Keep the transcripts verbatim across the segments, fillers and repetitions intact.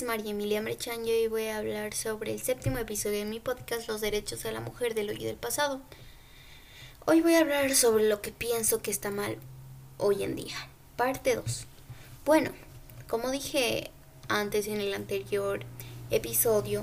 María Emilia Merchan y hoy voy a hablar sobre el séptimo episodio de mi podcast Los derechos de la mujer del hoy y del pasado. Hoy voy a hablar sobre lo que pienso que está mal hoy en día. Parte dos. Bueno, como dije antes en el anterior episodio,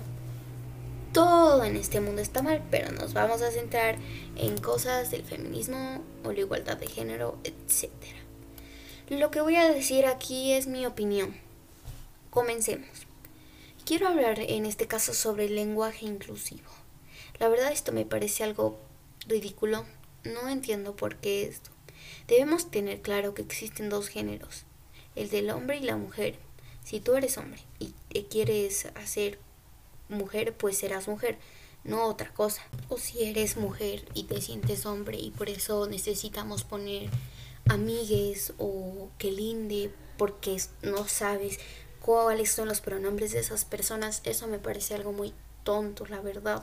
todo en este mundo está mal, pero nos vamos a centrar en cosas del feminismo o la igualdad de género, etcétera. Lo que voy a decir aquí es mi opinión. Comencemos. Quiero hablar en este caso sobre el lenguaje inclusivo. La verdad esto me parece algo ridículo. No entiendo por qué esto. Debemos tener claro que existen dos géneros, el del hombre y la mujer. Si tú eres hombre y te quieres hacer mujer, pues serás mujer, no otra cosa. O si eres mujer y te sientes hombre y por eso necesitamos poner amigues o que linde porque no sabes cuáles son los pronombres de esas personas, eso me parece algo muy tonto, la verdad.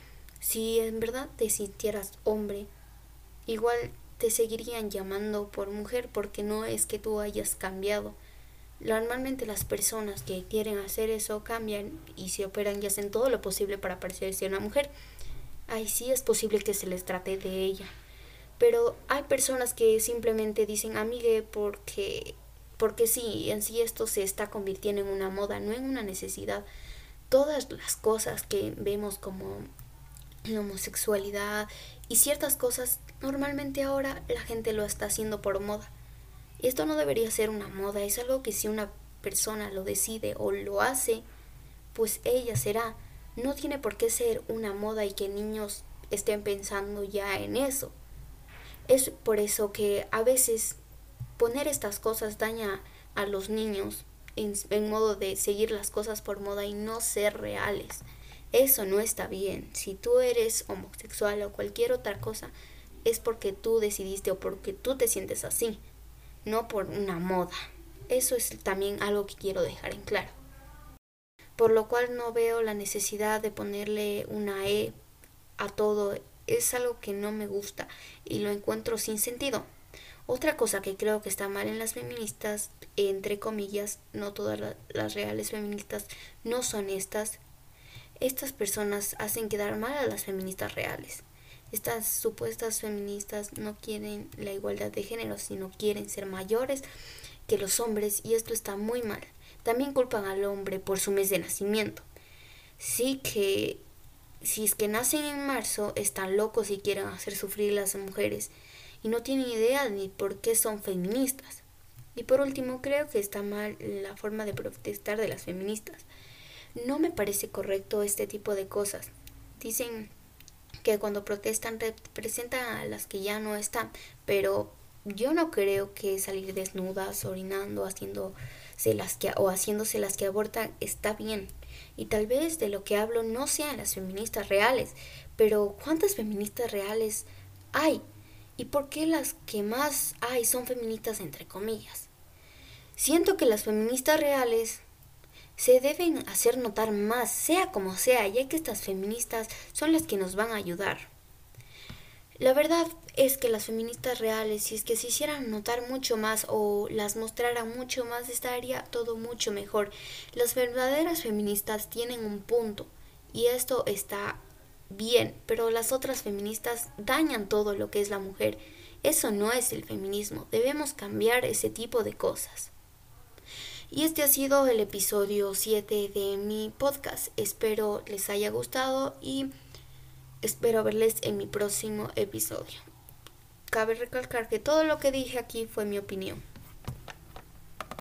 Si en verdad te sintieras hombre, igual te seguirían llamando por mujer porque no es que tú hayas cambiado. Normalmente las personas que quieren hacer eso cambian y se operan y hacen todo lo posible para parecerse a una mujer. Ahí sí es posible que se les trate de ella. Pero hay personas que simplemente dicen amigue porque porque sí, en sí esto se está convirtiendo en una moda, no en una necesidad. Todas las cosas que vemos como la homosexualidad y ciertas cosas, normalmente ahora la gente lo está haciendo por moda. Y esto no debería ser una moda, es algo que si una persona lo decide o lo hace, pues ella será. No tiene por qué ser una moda y que niños estén pensando ya en eso. Es por eso que a veces poner estas cosas daña a los niños en, en modo de seguir las cosas por moda y no ser reales. Eso no está bien. Si tú eres homosexual o cualquier otra cosa, es porque tú decidiste o porque tú te sientes así, no por una moda. Eso es también algo que quiero dejar en claro. Por lo cual no veo la necesidad de ponerle una E a todo. Es algo que no me gusta y lo encuentro sin sentido. Otra cosa que creo que está mal en las feministas, entre comillas, no todas las reales feministas no son estas. Estas personas hacen quedar mal a las feministas reales. Estas supuestas feministas no quieren la igualdad de género, sino quieren ser mayores que los hombres y esto está muy mal. También culpan al hombre por su mes de nacimiento. Sí que si es que nacen en marzo, están locos y quieren hacer sufrir a las mujeres y no tienen idea ni por qué son feministas. Y por último, creo que está mal la forma de protestar de las feministas. No me parece correcto este tipo de cosas. Dicen que cuando protestan representan a las que ya no están, pero yo no creo que salir desnudas, orinando, haciéndose las que, o haciéndose las que abortan está bien. Y tal vez de lo que hablo no sean las feministas reales, pero ¿cuántas feministas reales hay? ¿Y por qué las que más hay son feministas entre comillas? Siento que las feministas reales se deben hacer notar más, sea como sea, ya que estas feministas son las que nos van a ayudar. La verdad es que las feministas reales, si es que se hicieran notar mucho más o las mostraran mucho más, estaría todo mucho mejor. Las verdaderas feministas tienen un punto y esto está bien, pero las otras feministas dañan todo lo que es la mujer. Eso no es el feminismo, debemos cambiar ese tipo de cosas. Y este ha sido el episodio siete de mi podcast. Espero les haya gustado y espero verles en mi próximo episodio. Cabe recalcar que todo lo que dije aquí fue mi opinión.